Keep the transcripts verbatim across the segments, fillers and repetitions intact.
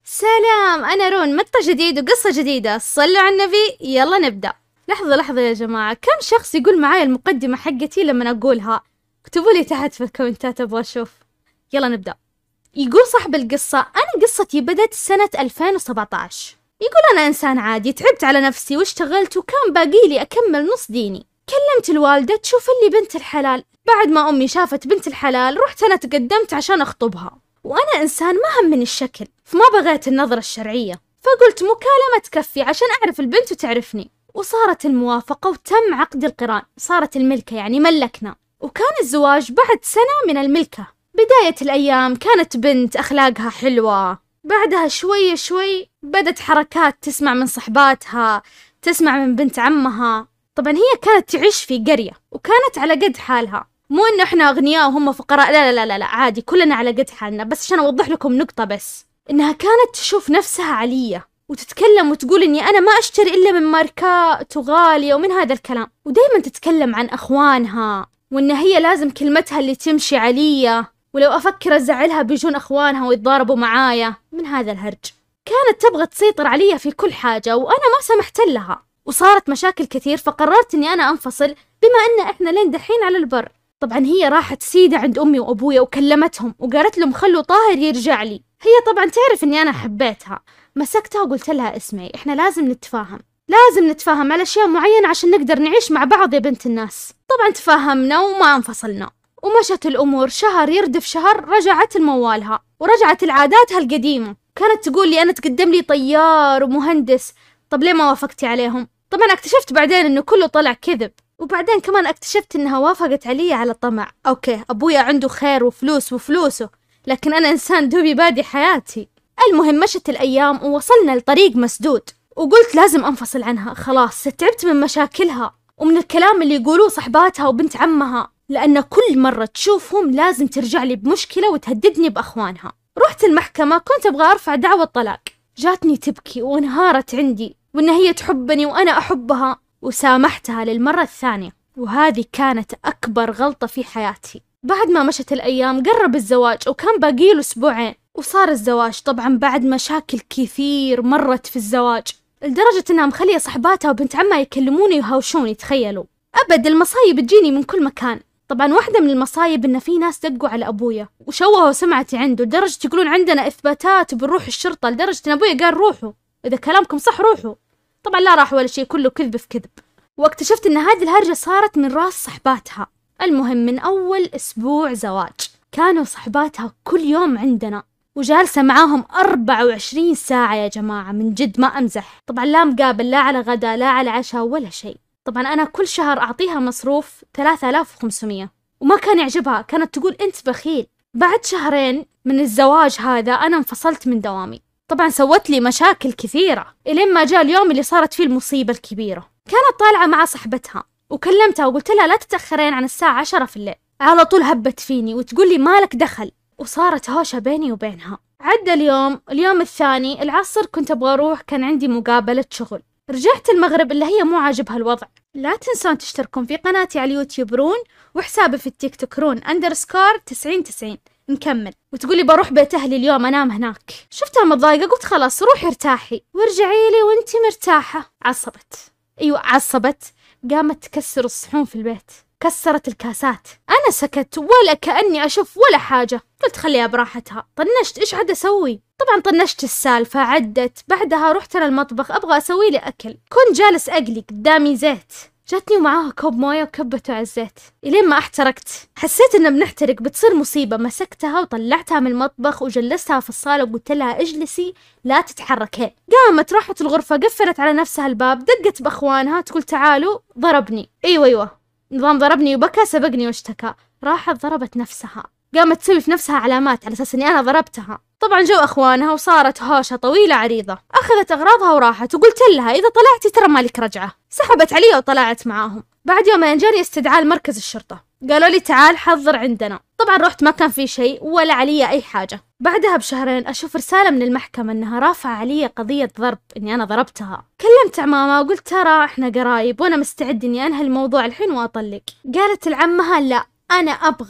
سلام، أنا رون. مقطع جديد وقصة جديدة. صلوا على النبي، يلا نبدأ. لحظة لحظة يا جماعة، كم شخص يقول معايا المقدمة حقتي لما أقولها؟ اكتبوا لي تحت في الكومنتات أبغى أشوف. يلا نبدأ. يقول صاحب القصة: أنا قصتي بدت سنة ألفين وسبعة عشر. يقول أنا إنسان عادي، تعبت على نفسي واشتغلت وكان باقي لي أكمل نص ديني. كلمت الوالدة تشوف لي بنت الحلال. بعد ما أمي شافت بنت الحلال رحت أنا تقدمت عشان أخطبها، وأنا إنسان ما هم من الشكل، فما بغيت النظرة الشرعية، فقلت مكالمة تكفي عشان أعرف البنت وتعرفني. وصارت الموافقة وتم عقد القران، صارت الملكة يعني ملكنا، وكان الزواج بعد سنة من الملكة. بداية الأيام كانت بنت أخلاقها حلوة، بعدها شوي شوي بدت حركات، تسمع من صحباتها، تسمع من بنت عمها. طبعا هي كانت تعيش في قرية وكانت على قد حالها، مو إنه إحنا أغنياء وهم فقراء، لا لا لا لا عادي، كلنا على قد حالنا. بس عشان أوضح لكم نقطة، بس إنها كانت تشوف نفسها علية وتتكلم وتقول إني أنا ما أشتري إلا من ماركات وغالية ومن هذا الكلام، ودايما تتكلم عن أخوانها وإن هي لازم كلمتها اللي تمشي علية، ولو أفكر أزعلها بيجون أخوانها ويتضاربوا معايا من هذا الهرج. كانت تبغى تسيطر علي في كل حاجة وأنا ما سمحت لها، وصارت مشاكل كثير، فقررت إني أنا أنفصل بما إن إحنا لين دحين على البر. طبعا هي راحت سيدة عند أمي وأبويا وكلمتهم وقالت لهم خلوا طاهر يرجع لي. هي طبعا تعرف إني أنا حبيتها، مسكتها وقلت لها اسمعي، إحنا لازم نتفاهم، لازم نتفاهم على أشياء معينة عشان نقدر نعيش مع بعض يا بنت الناس. طبعا تفاهمنا وما انفصلنا، ومشت الأمور. شهر يردف شهر، رجعت لموالها ورجعت لعاداتها القديمة. كانت تقول لي أنا تقدم لي طيار ومهندس، طب ليه ما وافقتي عليهم؟ طبعا اكتشفت بعدين إنه كله طلع كذب، وبعدين كمان اكتشفت إنها وافقت علي على طمع. أوكي، أبويا عنده خير وفلوس وفلوسه، لكن أنا إنسان دوبي بادي حياتي. المهم مشت الأيام ووصلنا لطريق مسدود، وقلت لازم أنفصل عنها، خلاص تعبت من مشاكلها ومن الكلام اللي يقولوه صحباتها وبنت عمها، لأن كل مرة تشوفهم لازم ترجع لي بمشكلة وتهددني بأخوانها. رحت المحكمة، كنت أبغى أرفع دعوة طلاق، جاتني تبكي وانهارت عندي وإن هي تحبني وأنا أحبها، وسامحتها للمرة الثانية. وهذه كانت أكبر غلطة في حياتي. بعد ما مشت الأيام قرب الزواج وكان باقيله أسبوعين، وصار الزواج طبعا بعد مشاكل كثير مرت في الزواج، لدرجة إنها مخلية صحباتها وبنت عمها يكلموني ويهاوشوني. تخيلوا، أبد المصايب تجيني من كل مكان. طبعا واحدة من المصايب إن في ناس دقوا على أبويا وشوهوا سمعتي عنده، لدرجة يقولون عندنا إثباتات بنروح الشرطة، لدرجة إن أبويا قال روحوا، إذا كلامكم صح روحوا. طبعا لا راح ولا شيء، كله كذب في كذب. واكتشفت إن هذه الهرجة صارت من راس صحباتها. المهم من أول أسبوع زواج كانوا صحباتها كل يوم عندنا، وجالسة معاهم أربعة وعشرين ساعة يا جماعة، من جد ما أمزح. طبعا لا مقابل، لا على غدا لا على عشاء ولا شيء. طبعا أنا كل شهر أعطيها مصروف ثلاثة آلاف وخمسمية، وما كان يعجبها، كانت تقول أنت بخيل. بعد شهرين من الزواج هذا أنا انفصلت من دوامي. طبعا سوت لي مشاكل كثيرة، إلين ما جاء اليوم اللي صارت فيه المصيبة الكبيرة. كانت طالعة مع صحبتها وكلمتها وقلت لها لا تتأخرين عن الساعة عشرة في الليل. على طول هبت فيني وتقول لي مالك دخل، وصارت هوشة بيني وبينها. عدى اليوم، اليوم الثاني العصر كنت أبغى أروح، كان عندي مقابلة شغل. رجعت المغرب اللي هي مو عاجبها الوضع. لا تنسون تشتركون في قناتي على اليوتيوب رون، وحسابي في التيك توك رون أندرسكور تسعين تسعين. نكمل. وتقولي بروح بيت أهلي اليوم أنام هناك. شفتها متضايقة، قلت خلاص روحي ارتاحي وارجعي لي وانتي مرتاحة. عصبت، أيوة عصبت، قامت تكسر الصحون في البيت، كسرت الكاسات. أنا سكت ولا كأني أشوف ولا حاجة، قلت خليها براحتها. طنشت، إيش عاد أسوي؟ طبعا طنشت السالفة. عدت بعدها رحت أنا المطبخ أبغى أسوي لي أكل، كنت جالس أقلي قدامي زيت، جاتني ومعاها كوب موية وكبته على الزيت، إلين ما احترقت. حسيت إن بنحترق، بتصير مصيبة. مسكتها وطلعتها من المطبخ وجلستها في الصالة وقلت لها اجلسي لا تتحركين. قامت راحت الغرفة، قفلت على نفسها الباب، دقت بأخوانها تقول تعالوا. ضربني، أيوة أيوة نظام ضربني وبكى، سبقني واشتكى. راحت ضربت نفسها، قامت تسوي في نفسها علامات على أساس إني أنا ضربتها. طبعا جو أخوانها وصارت هوشة طويلة عريضة. أخذت أغراضها وراحت، وقلت لها إذا طلعتي ترى مالك رجعة. سحبت علي وطلعت معاهم. بعد يومين جاني استدعاء لمركز الشرطة، قالوا لي تعال حضر عندنا. طبعا رحت، ما كان في شيء ولا علي أي حاجة. بعدها بشهرين أشوف رسالة من المحكمة إنها رافعة علي قضية ضرب، إني أنا ضربتها. كلمت عمامة وقلت ترى إحنا قرايب وأنا مستعد إني أنهي الموضوع الحين وأطلق. قالت العمها لا، أنا أبغى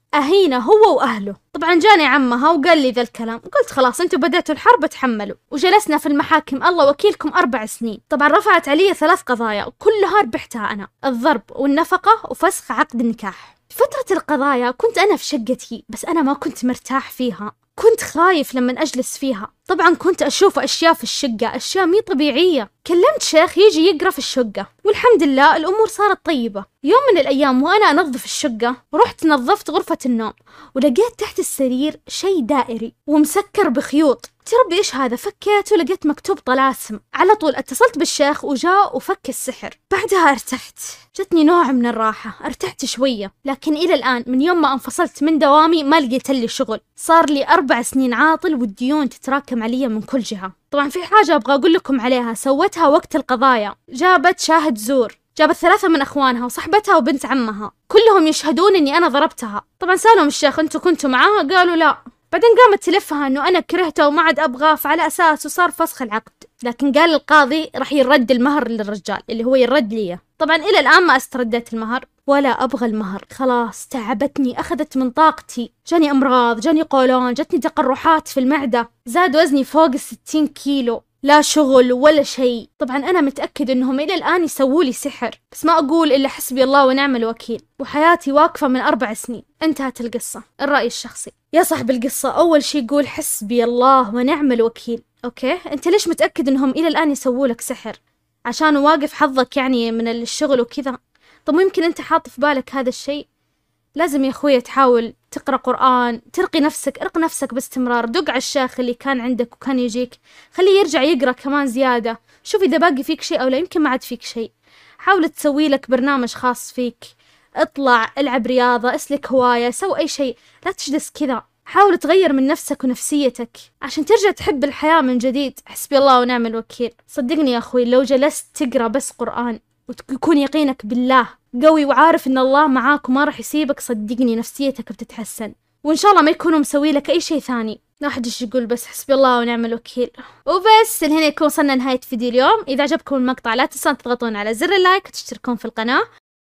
أهينه هو وأهله. طبعا جاني عمها وقال لي ذا الكلام، قلت خلاص انتوا بدأتوا الحرب اتحملوا. وجلسنا في المحاكم الله وكيلكم أربع سنين. طبعا رفعت علي ثلاث قضايا وكلها ربحتها أنا، الضرب والنفقة وفسخ عقد النكاح. في فترة القضايا كنت أنا في شقتي، بس أنا ما كنت مرتاح فيها، كنت خايف لما أجلس فيها. طبعا كنت أشوف أشياء في الشقة، أشياء مي طبيعية. كلمت شيخ يجي يقرأ في الشقة، والحمد لله الأمور صارت طيبة. يوم من الأيام وأنا أنظف الشقة رحت نظفت غرفة النوم، ولقيت تحت السرير شيء دائري ومسكر بخيوط. ربي إيش هذا؟ فكيت ولقيت مكتوب طلاسم. على طول اتصلت بالشيخ وجاء وفك السحر. بعدها ارتحت، جتني نوع من الراحة، ارتحت شوية. لكن إلى الآن من يوم ما انفصلت من دوامي ما لقيت لي شغل، صار لي أربع سنين عاطل والديون تتراكم علي من كل جهة. طبعا في حاجة أبغى أقول لكم عليها سوتها وقت القضايا، جابت شاهد زور، جابت ثلاثة من أخوانها وصحبتها وبنت عمها، كلهم يشهدون إني أنا ضربتها. طبعا سألهم الشيخ أنتوا كنتوا معاها؟ قالوا لا. بعدين قامت تلفها انه انا كرهته وما عاد ابغاه، فعلى اساس وصار فسخ العقد. لكن قال القاضي راح يرد المهر للرجال اللي هو يرد لي. طبعا الى الان ما استرديت المهر ولا ابغى المهر، خلاص تعبتني، اخذت من طاقتي، جاني امراض، جاني قولون، جتني تقرحات في المعده، زاد وزني فوق الستين كيلو، لا شغل ولا شيء. طبعا أنا متأكد إنهم إلى الآن يسووا لي سحر، بس ما أقول إلا حسبي الله ونعم الوكيل. وحياتي واقفة من أربع سنين. انتهت القصة. الرأي الشخصي يا صاحب القصة، أول شي قول حسبي الله ونعم الوكيل. أوكي، أنت ليش متأكد إنهم إلى الآن يسووا لك سحر؟ عشان واقف حظك يعني من الشغل وكذا؟ طب ممكن أنت حاط في بالك هذا الشيء؟ لازم يا أخويا تحاول تقرأ قرآن، ترقي نفسك، ارق نفسك باستمرار، دق على الشيخ اللي كان عندك وكان يجيك، خليه يرجع يقرأ كمان زيادة، شوف إذا باقي فيك شيء أو لا، يمكن ما عاد فيك شيء. حاول تسوي لك برنامج خاص فيك، اطلع العب رياضة، اسلك هواية، سو أي شيء، لا تجلس كذا. حاول تغير من نفسك ونفسيتك عشان ترجع تحب الحياة من جديد. حسبي الله ونعم الوكيل. صدقني يا أخوي لو جلست تقرأ بس قرآن ويكون يقينك بالله قوي وعارف ان الله معاك وما راح يسيبك، صدقني نفسيتك بتتحسن، وان شاء الله ما يكونوا مسوي لك اي شيء ثاني. لا احد يقول بس حسبي الله ونعم الوكيل. وبس لهنا يكون وصلنا نهاية فيديو اليوم. اذا عجبكم المقطع لا تنسون تضغطون على زر اللايك وتشتركون في القناة،